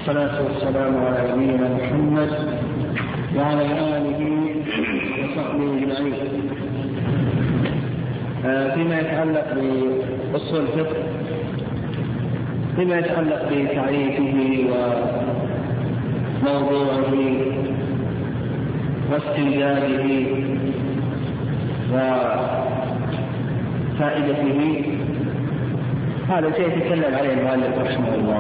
والصلاة والسلام على نبينا محمد وعلى آله وصحبه أجمعين. فيما يتعلق بأصول الفقه، فيما يتعلق بتعريفه وموضوعه واستنجاده وفائدته، هذا سيتكلم عليه المؤلف رحمه الله.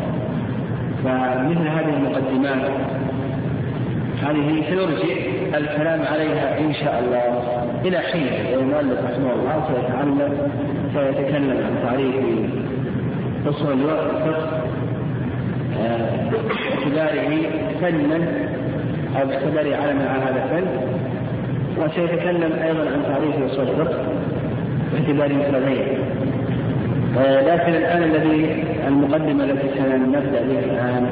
فمثل هذه المقدمات هذه سنرجع الكلام عليها إن شاء الله إلى حين المؤلف رحمه الله سيتكلم عن تعريف أصول الفقه باعتباره فنا أو باعتباره علما على هذا الفن، وسيتكلم أيضا عن تعريف أصول الفقه باعتباره مثلين. لكن الآن المقدمة التي سنبدأ بها الآن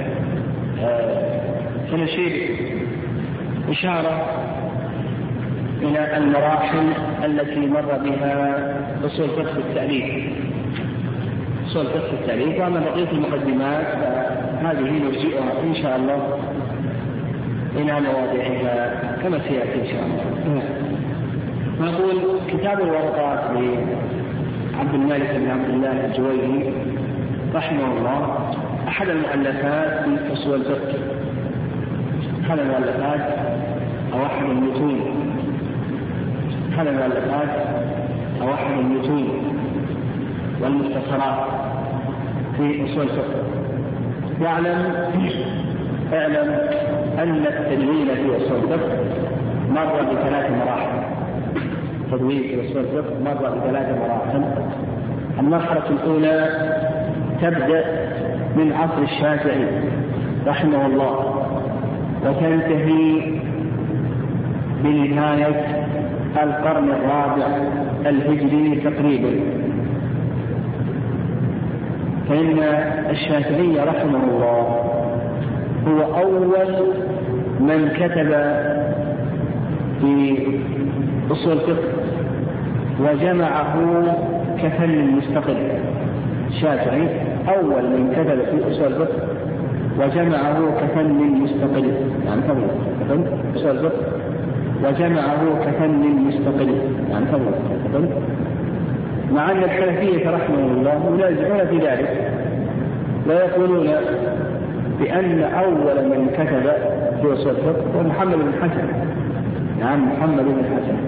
سنشير إشارة إلى المراحل التي مر بها أصول فقه التأليف، أصول فقه التأليف. وأما بقية المقدمات هذه نرجئها إن شاء الله إلى مواضعها كما سيأتي إن شاء الله. نقول كتاب الورقات لعبد الملك بن عبد الله الجويني رحمه الله أحد المؤلفات في أصول الفقه، أحد المؤلفات أو أحد المتون، أحد المؤلفات أو أحد المتون والمختصرات في أصول الفقه. اعلم أن التدوين في أصول الفقه مر بثلاث مراحل. التدوين في أصول الفقه مر بثلاث مراحل. المرحلة الأولى تبدأ من عصر الشافعي رحمه الله وتنتهي بنهاية القرن الرابع الهجري تقريبا. فإن الشافعي رحمه الله هو أول من كتب في أصول الفقه وجمعه كفن مستقل. الشافعي أول من كتب في أصول الفقه وجمعه كفن مستقل، يعني كفن أصول الفقه وجمعه كفن مستقل، يعني كفن. مع أن الحنفية رحمه الله ينازعون في ذلك ويقولون بأن أول من كتب في أصول الفقه هو محمد بن حسن، يعني محمد بن حسن.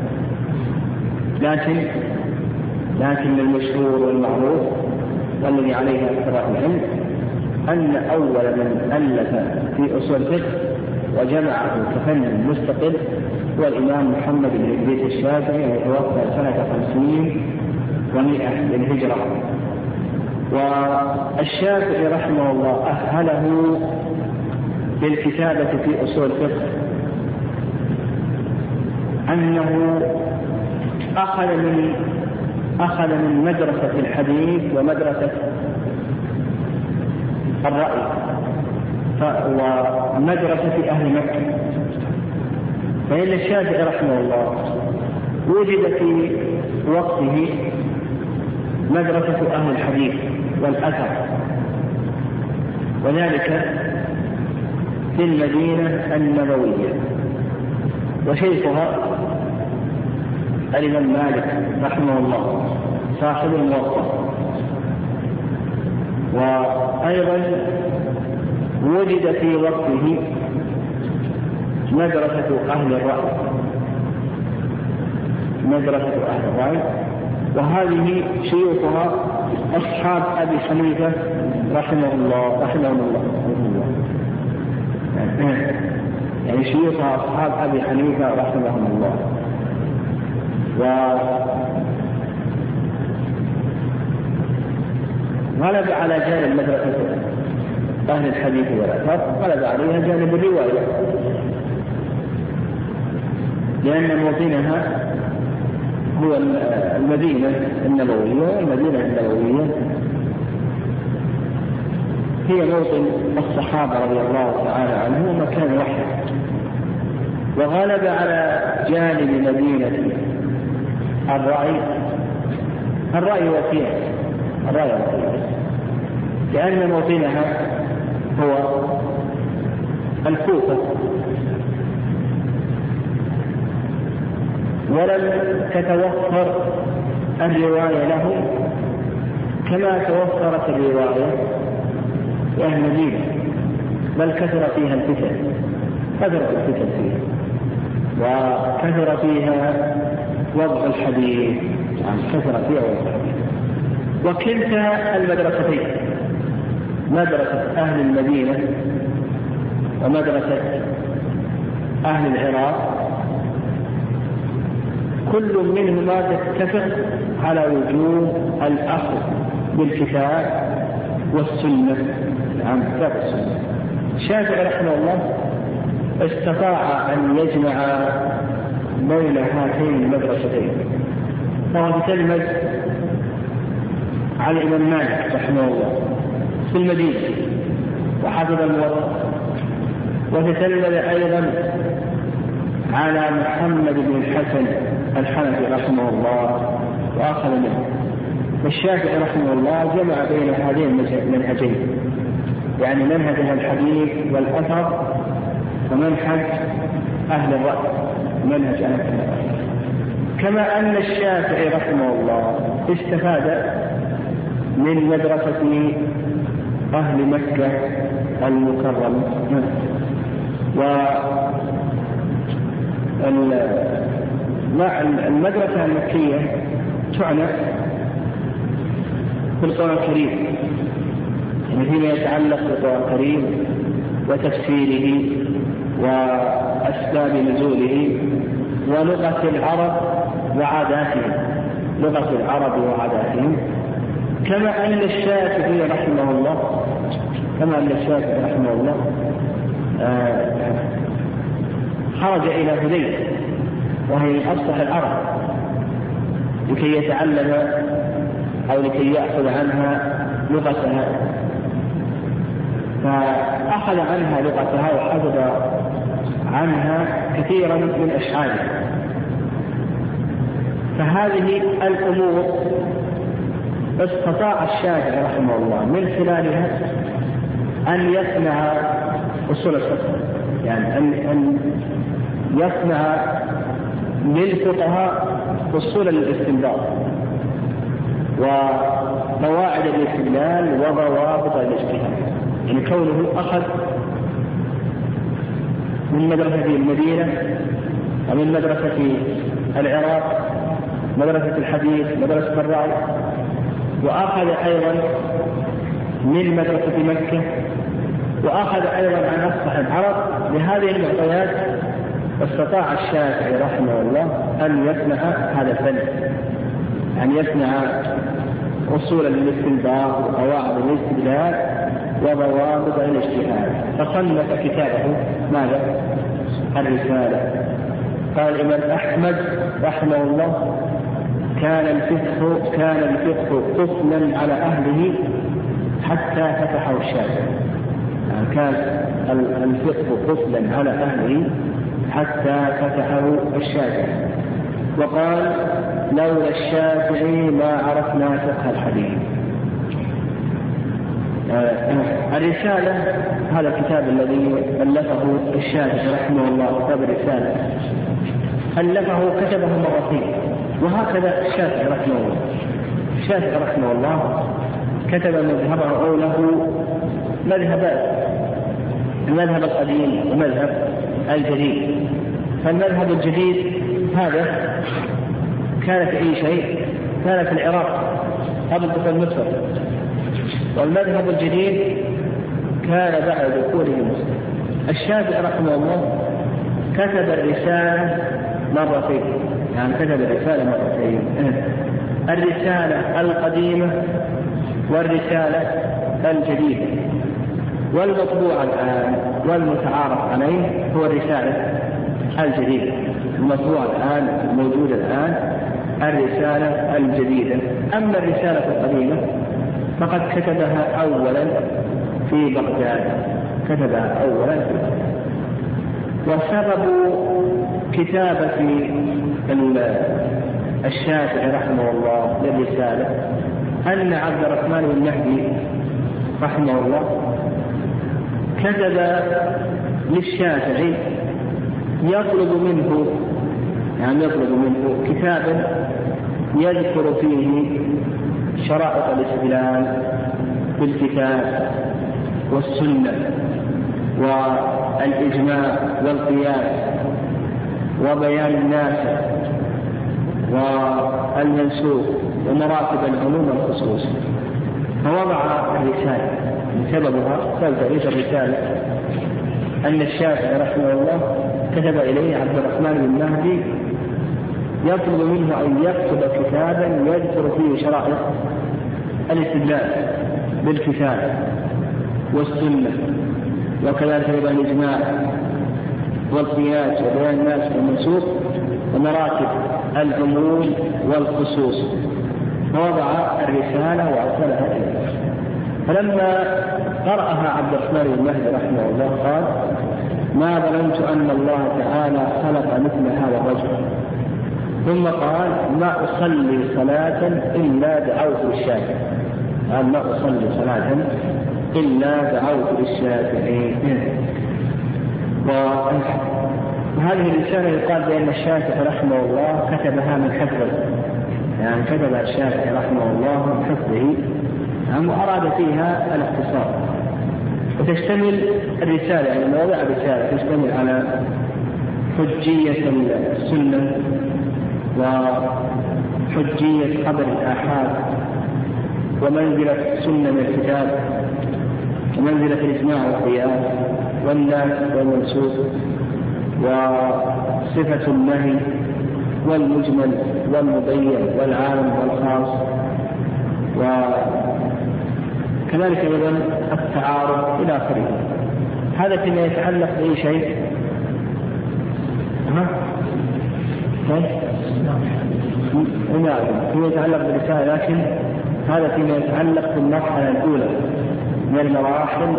لكن المشهور والمعروف والذي عليه أكثر العلم أن أول من ألف في أصول الفقه وجمعه كفن مستقل هو الإمام محمد بن إدريس الشافعي، وتوفى سنة 50 و100 للهجرة. والشافعي رحمه الله أهله للكتابة في أصول الفقه أنه أخذ من مدرسة الحديث ومدرسة الرأي ومدرسة أهل مكة. فإن الشافعي رحمه الله وجد في وقته مدرسة أهل الحديث والأثر، وذلك في المدينة النبوية. وشيخها الإمام مالك رحمه الله صاحب الموطأ. وأيضا وجد في وقته مدرسة أهل الرأي، وهذه شيوخها أصحاب أبي حنيفة رحمه الله، يعني شيوخها أصحاب أبي حنيفة رحمه الله. وغلب على جانب مدرسة أهل الحديث والأثر، غلب عليها جانب الرواية، لأن موطنها هو المدينة النبوية. والمدينة النبوية هي موطن الصحابة رضي الله تعالى عنهم ومكان وحي. وغلب على جانب مدينة الرأي والقياس، لأن موطنها هو الكوفة، ولم تتوفر الرواية له كما توفرت الرواية لأهل المدينة، بل كثر فيها الفتن، فيها وكثر فيها وضع الحديث، وكلتا المدرستين، مدرسة أهل المدينة ومدرسة أهل العراق، كل منهما تتفق على وجوب الأخذ بالكتاب والسنة عن كتاب السنة. الشافعي رحمه الله استطاع أن يجمع بين هاتين المدرستين، فهو تتلمذ على الإمام مالك رحمه الله في المدينة وحفظ الموطأ، وتتلمذ أيضا على محمد بن الحسن الحنفي رحمه الله وأخذ منه. والشافعي رحمه الله جمع بين هذين المنهجين، يعني منهج الحديث والأثر ومنهج أهل الرأي، منهج أهل الرأي. كما أن الشافعي رحمه الله استفاد من مدرسة أهل مكة المكرمة، والمدرسة المكية تعنى بالقرآن الكريم، يعني فيما يتعلق بالقرآن الكريم وتفسيره وأسباب نزوله ولغة العرب وعاداتهم، كما أن الشافعي رحمه الله خرج إلى هذيل وهي من أصلح العرب لكي يتعلم أو لكي يأخذ عنها لغتها، فأخذ عنها لغتها وحفظ عنها كثيرا من أشعارها. فهذه الأمور استطاع الشافعي رحمه الله من خلالها أن يصنع أصول الفقه، يعني أن يصنع للفقهاء أصول الاستنباط وقواعد الاستدلال وضوابط الاجتهاد. يعني كونه أخذ من مدرسة المدينة ومن مدرسة العراق مدرسة الحديث مدرسة الرأي، وأخذ أيضا من مدرسة مكة، وأخذ أيضا عن أصلح العرب. لهذه المعطيات استطاع الشافعي رحمه الله أن يصنع هذا الفن، أن يصنع أصول الاستنباط وقواعد الاستدلال وضوابط الاجتهاد. فصنف كتابه ماذا؟ الرسالة. قال الإمام أحمد رحمه الله كان الفقه قفلا على أهله حتى فتحه الشافعي، يعني كان الفقه قفلا على أهله حتى فتحه الشافعي. وقال لولا الشافعي ما عرفنا فقه الحديث. الرسالة هذا الكتاب الذي ألفه الشافعي رحمه الله، كتاب الرسالة كتبه مرتين، وهكذا الشافعي رحمه الله كتب مذهبه أو له مذهبات، المذهب القديم ومذهب الجديد. فالمذهب الجديد هذا كان في أي شيء؟ كان في العراق قبل دخول مصر، والمذهب الجديد كان بعد دخوله مصر. الشافعي رحمه الله كتب الرسالة مرتين، الرسالة القديمة والرسالة الجديدة. والمطبوع الآن والمتعارف عليه هو الرسالة الجديدة، المطبوع الآن الموجود الآن الرسالة الجديدة. أما الرسالة القديمة فقد كتبها أولا في بغداد، وسبب كتابة الشافعي رحمه الله للرسالة أن عبد الرحمن بن مهدي رحمه الله كتب للشافعي يطلب منه كتابا يذكر فيه شرائط الاستدلال بالكتاب والسنة والإجماع والقياس وبيان الناسخ والمنسوخ ومراتب العموم والخصوص. فوضع الرسالة سببها تاريخ الرسالة أن الشافعي رحمه الله كتب إليه عبد الرحمن بن مهدي يطلب منه أن يكتب كتابا يذكر فيه شرائط الاستدلال بالكتاب والسنة وكذلك أيضا الإجماع والقياس وبيان الناس والمنسوخ ومراتب العموم والخصوص. فوضع الرسالة وأرسلها إليه. فلما قرأها عبد الرحمن بن مهدي رحمه الله قال: ما ظننت أن الله تعالى خلق مثل هذا الرجل. ثم قال: ما أصلي صلاة إلا دعوت للشافعي. قال: ما أصلي صلاة إلا دعوت للشافعي. وهذه الرسالة يقال بأن الشافعي رحمه الله كتبها من حفظه، يعني كتب الشافعي رحمه الله من حفظه، وأراد فيها الاختصار. وتشتمل الرسالة، يعني مواضيع الرسالة تشتمل على حجية السنة وحجية خبر الآحاد ومنزلة السنة من الكتاب ومنزلة الإجماع والقياس والناس والمنسوخ وصفة النهي والمجمل والمبين والعام والخاص، وكذلك أيضا التعارض إلى آخره. هذا فيما يتعلق بأي شيء فيما يتعلق بالرسالة، لكن هذا فيما يتعلق بالمرحلة الأولى من المراحل.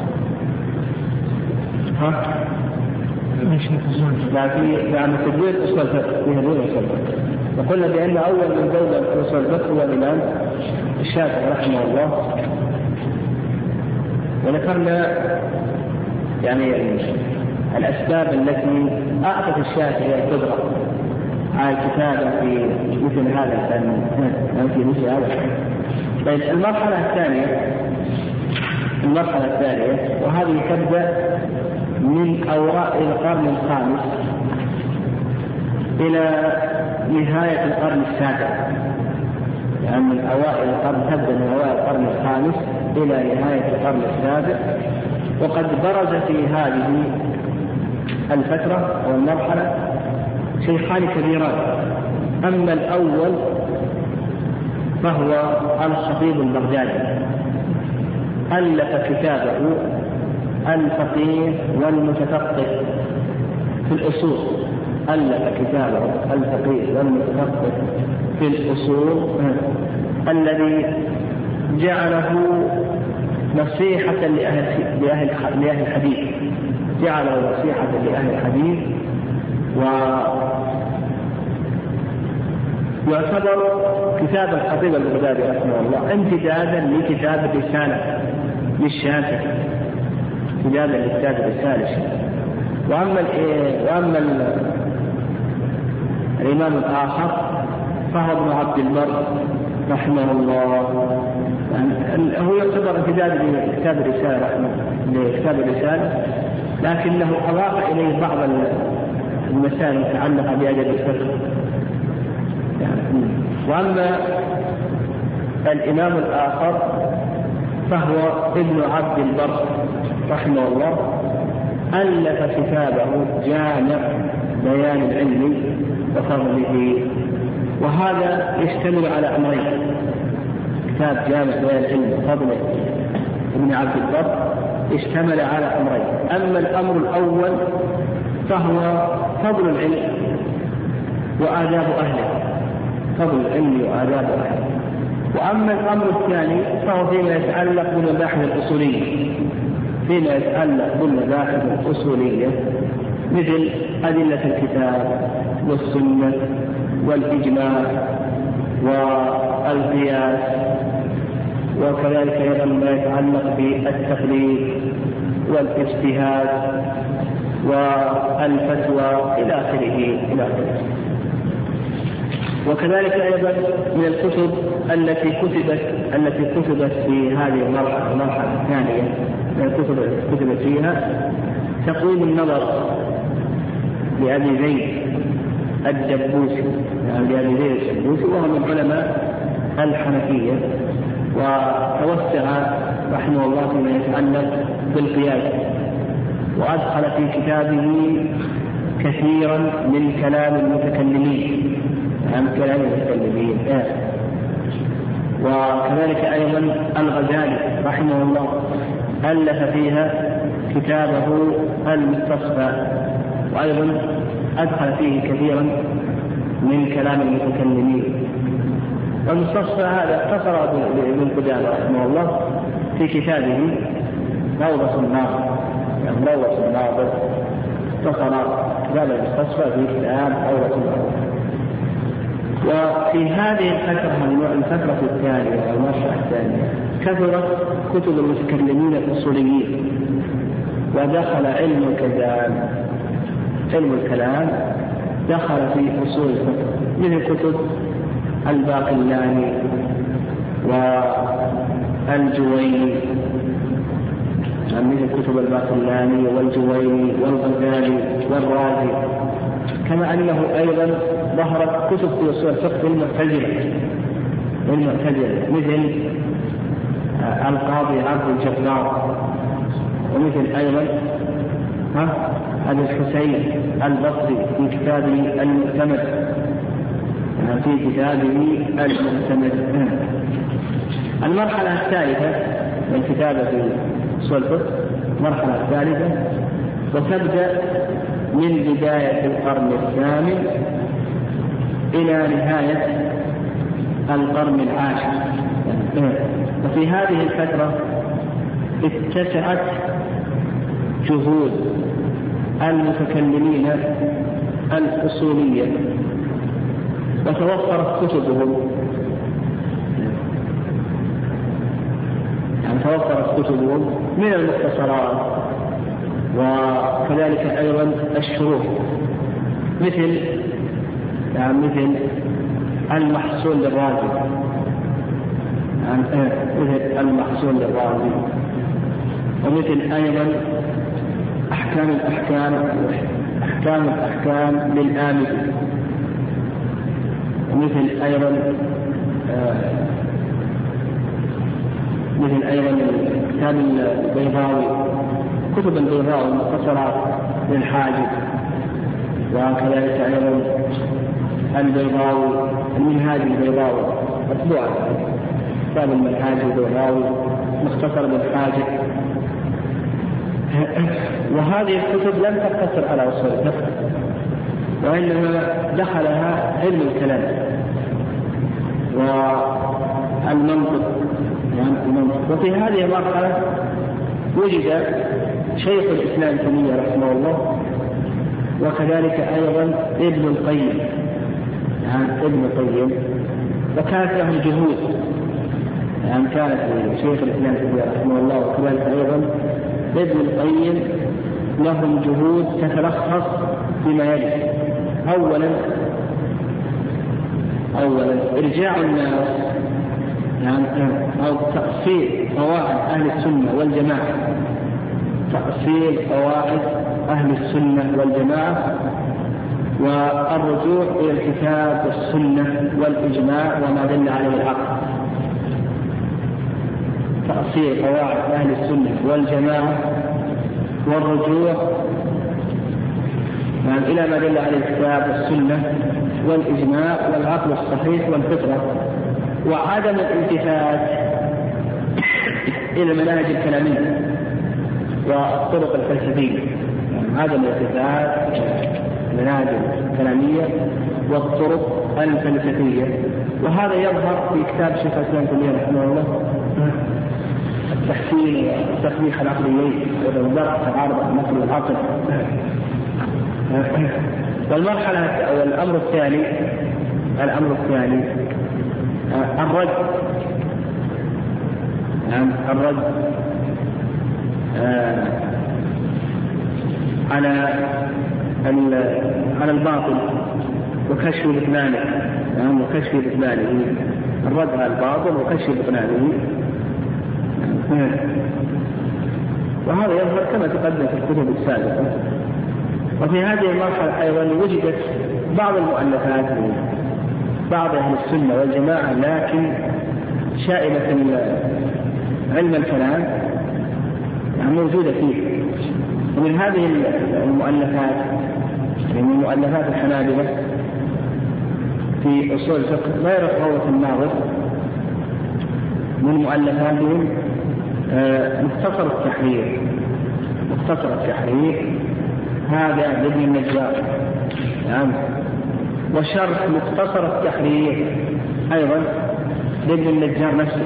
يعني تدوير أصول الفقه في هذول الأصول. وقلنا بأن أول من دولة أصول الفقه هو الإمام الشافعي رحمه الله. وذكرنا يعني الأسباب التي أعطت الشافعي القدرة على الكتابة في مثل هذا الفن، في مثل هذا الفن. طيب المرحلة الثانية وهذه تبدأ من أوائل القرن الخامس إلى نهاية القرن السابع، يعني من أوائل القرن تبدأ من أوائل القرن الخامس إلى نهاية القرن السابع. وقد برز في هذه الفترة أو المرحلة شيخان كبيران. أما الأول فهو الخطيب البغدادي، ألف كتابه الفقيه والمتفقه في الأصول، ألف كتابه الفقيه والمتفقه في الأصول الذي جعله نصيحة لأهل الحديث، جعله نصيحة لأهل الحديث، ويعتبر كتاب الخطيب البغدادي رحمه الله امتدادا لكتاب الرسالة للشافعي، امتدادا لكتاب الرسالة. وأما الإمام الآخر فهو ابن عبد البر رحمه الله، يعني هو يعتبر امتداد لكتاب الرسالة، لكنه أضاف إليه بعض المسائل المتعلقة بأدب الفقه. وأما الإمام الآخر فهو ابن عبد البر رحمه الله، ألف كتابه جامع بيان العلم وفضله، وهذا يشتمل على أمرين. كتاب جامع بيان العلم وفضله ابن عبد البر اشتمل على أمرين. أما الأمر الأول فهو فضل العلم وآداب أهله، فضل العلم وآداب أهله. وأما الأمر الثاني فهو فيما يتعلق بالمباحث الأصولية، فيما يتعلق بالمباحث الأصولية مثل أدلة الكتاب والسنة والإجماع والقياس وكذلك أيضا ما يتعلق بالتقليد والاجتهاد والفتوى إلى آخره. وكذلك أيضا من الكتب التي كتبت في هذه المرحلة الثانية من الكتب التي كتبت فيها تقويم النظر لأبي زيد الدبوسي، وهو من علماء الحنفية، وتوسع رحمه الله فيما يتعلق بالقياس، وأدخل في كتابه كثيرا من كلام المتكلمين وكذلك أيضا الغزالي رحمه الله ألف فيها كتابه المستصفى، وأيضا أدخل فيه كثيرا من كلام المتكلمين. والمستصفى هذا اختصر ابن قدامة رحمه الله في كتابه روضة الناظر، اختصر كتاب المستصفى في كتاب روضة الناظر. وفي هذه الفترة الثانية أو المرحلة الثانية كثرت كتب المتكلمين الأصوليين، ودخل علم الكلام دخل في أصول الفقه مثل كتب الباقلاني والجويني، والجويني والغزالي والرازي، كما أنه أيضا ظهرت كتب في أصول الفقه المعتزلة مثل القاضي عبد الجبار، ومثل أيضا أبي الحسين البصري في كتابه المعتمد المرحلة الثالثة من كتابة أصول الفقه المرحلة الثالثة، وتبدأ من بداية القرن الثامن إلى نهاية القرن العاشر. وفي هذه الفترة اتسعت جهود المتكلمين الأصولية وتوفرت كتبهم، من المختصرات وكذلك أيضا الشروح مثل المحصول للرازي، ومثل أيضا أحكام الأحكام للآمدي، ومثل أيضا كتاب البيضاوي، كتب البيضاوي المختصرات للحاجب، وكذلك أيضا البيضاوي المنهاج البيضاوي مطبوع، كتاب المنهاج البيضاوي مختصر بالحاجب. وهذه الكتب لم تقتصر على أصول الفقه، وإنما دخلها علم الكلام والمنطق. وفي هذه المرحلة وجد شيخ الإسلام تيمية رحمه الله، وكذلك أيضا ابن القيم، وكانت له جهود، كانت شيخ الإسلام تيمية رحمه الله وكذلك أيضا ابن القيم لهم جهود تتلخص فيما يلي: أولا إرجاع الناس أو تأصيل قواعد أهل السنة والجماعة، والرجوع إلى الكتاب والسنة والإجماع وما دل عليه العقل. تأصيل قواعد أهل السنة والجماعة والرجوع إلى ما دل عليه الكتاب والسنة والإجماع والعقل الصحيح والفطرة، وعدم الالتفات إلى المناهج الكلامية والطرق الفلسفية، عدم الالتفات المناهج الكلامية والطرق الفلسفية. وهذا يظهر في كتاب شيخ الإسلام تيمية رحمه الله التحسين وتخليق العقليين وضبط تعارض النقل والعقل. والمرحلة أو الأمر الثاني الرد نعم الرد على الباطل وكشف بطلانه، نعم وكشف بطلانه، الرد على الباطل وكشف بطلانه. وهذا يظهر كما تقدم في الكتب السابقة. وفي هذه المرحلة أيضا وجدت بعض المؤلفات من بعض أهل السنة والجماعة لكن شائبة علم الكلام موجودة فيه. ومن هذه المؤلفات من مؤلفات الحنابلة في أصول الفقه غير روضة الناظر، من مؤلفاتهم مختصر التحرير. مختصر التحرير هذا لابن النجار، نعم. وشرح مختصر التحرير أيضا لابن النجار نفسه.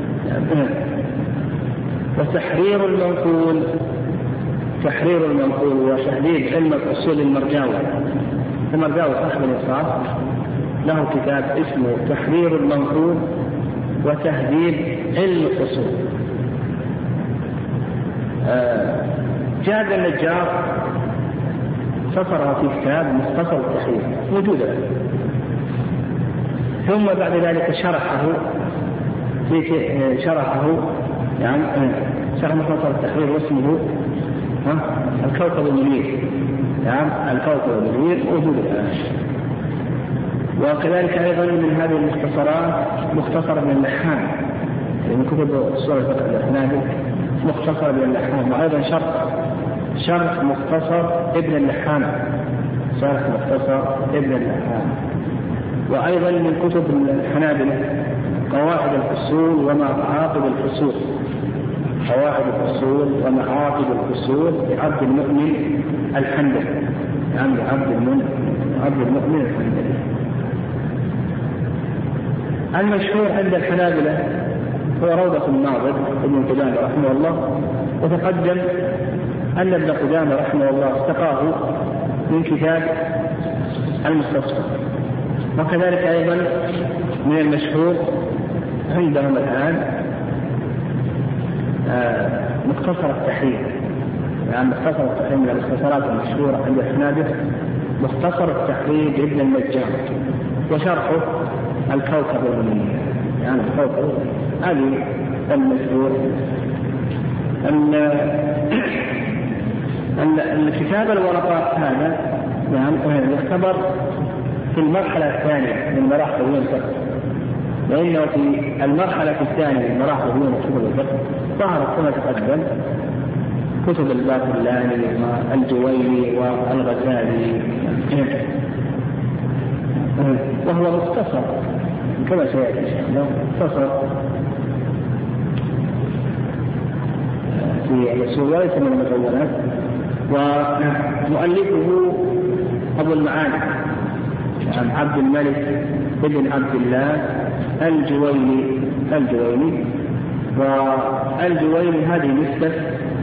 وتحرير المنقول، تحرير المنقول وتحديد علم الأصول المرجاوي. المرجاوي صاحب الإنصاف له كتاب اسمه تحرير المنقول وتهذيب علم الأصول. جاد النجار سطرها في كتاب مختصر التحرير موجودة، ثم بعد ذلك شرحه يعني شرح مختصر التحرير واسمه الكوكب المنير، نعم الكوكب المنير موجود الآن. وكذلك أيضا من هذه المختصرات مختصر ابن اللحام من كتب أصول الفقه الحنابلة، مختصر ابن اللحام، وأيضا شرح مختصر ابن اللحام، شرح مختصر ابن اللحام. وأيضا من كتب الحنابلة قواعد الفصول ومعاقب الفصول، قواعد الفصول ومعاقب الفصول لعبد المؤمن الحنبلي، يعني عبد المؤمن الحنبلي. المشهور عند الحنابلة هو روضة الناظر ابن قدامة رحمه الله. وتقدم أن ابن قدامة رحمه الله استقاه من كتاب المستصفى. وكذلك أيضا من المشهور عندهم الآن مختصر التحرير، يعني مختصر التحرير من المختصرات المشهورة عند الحنابلة مختصر التحرير لابن النجار، وشرحه الكوكب المنير، يعني الكوكب هذه المشهور. الكتاب الورقات هذا يعني يعتبر في المرحلة الثانية من مراحل علوم الفقه، لأنه في المرحلة الثانية من مراحل علوم الفقه ظهرت كما تقدم كتب الباقلاني والجويني والغزالي، وهو مختصر كما سيأتي إن شاء الله، مختصر في الأصول وليس من المطولات. ومؤلفه أبو المعاني عن عبد الملك بن عبد الله الجويني. والجويني هذه نسبة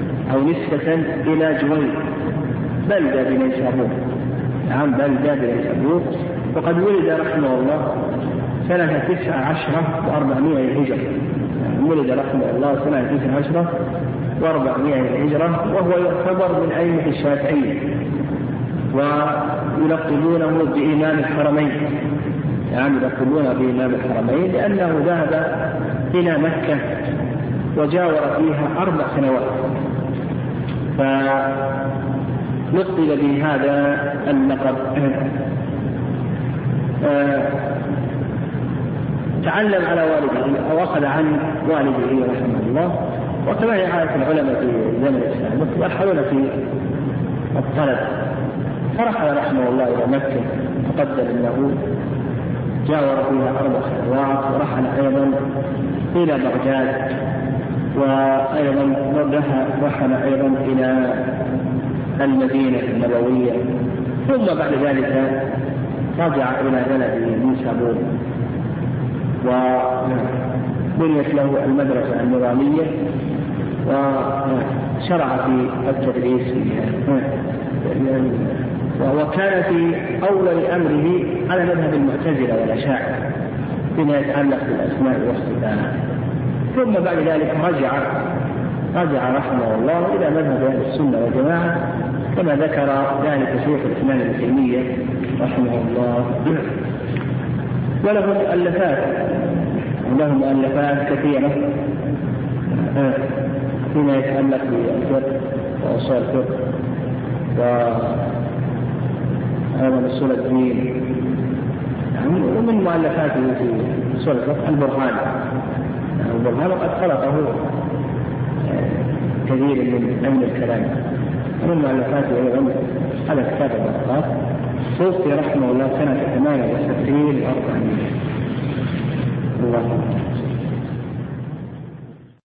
إلى جوين بلدة بنيسابور، نعم بلدة بنيسابور. وقد ولد رحمه الله سنة 19 و400 الهجرة، ولد رحمه الله سنة 19 و400 الهجرة، وهو يعتبر من أئمة الشافعية، ويلقبونه بإمام الحرمين، يعني يلقبونه بإمام الحرمين لأنه ذهب إلى مكة وجاور فيها 4 سنوات، فنقل بهذا اللقب. تعلم على والده أو أخذ عن والده رحمه الله، وكما هي عادة العلماء في زمن الإسلام يرحلون في الطلب، فرحل رحمه الله إلى مكة تقدم أنه جاور فيها 4 سنوات، ورحل أيضا إلى بغداد، وأيضا رحل أيضا إلى المدينة النبوية، ثم بعد ذلك رجع إلى بلده نيسابور، وبنيت له المدرسة النظامية، وشرع في التدريس وكان في أول أمره على مذهب المعتزلة والأشاعرة فيما يتعلق بالأسماء والصفات، ثم بعد ذلك رجع رحمه الله إلى مذهب أهل السنة والجماعة كما ذكر ذلك شيخ الإسلام ابن تيمية رحمه الله. ولهم مؤلفات كثيرة فيما يتعلق بالفقه وأصول الفقه وأيضا أصول الدين، ومن مؤلفاته في أصول الفقه البرهان وقد خلقه كثير من علم الكلام. ومن مؤلفاته أيضا على كتاب الطبقات، توفي رحمه الله سنة 68 و400. الله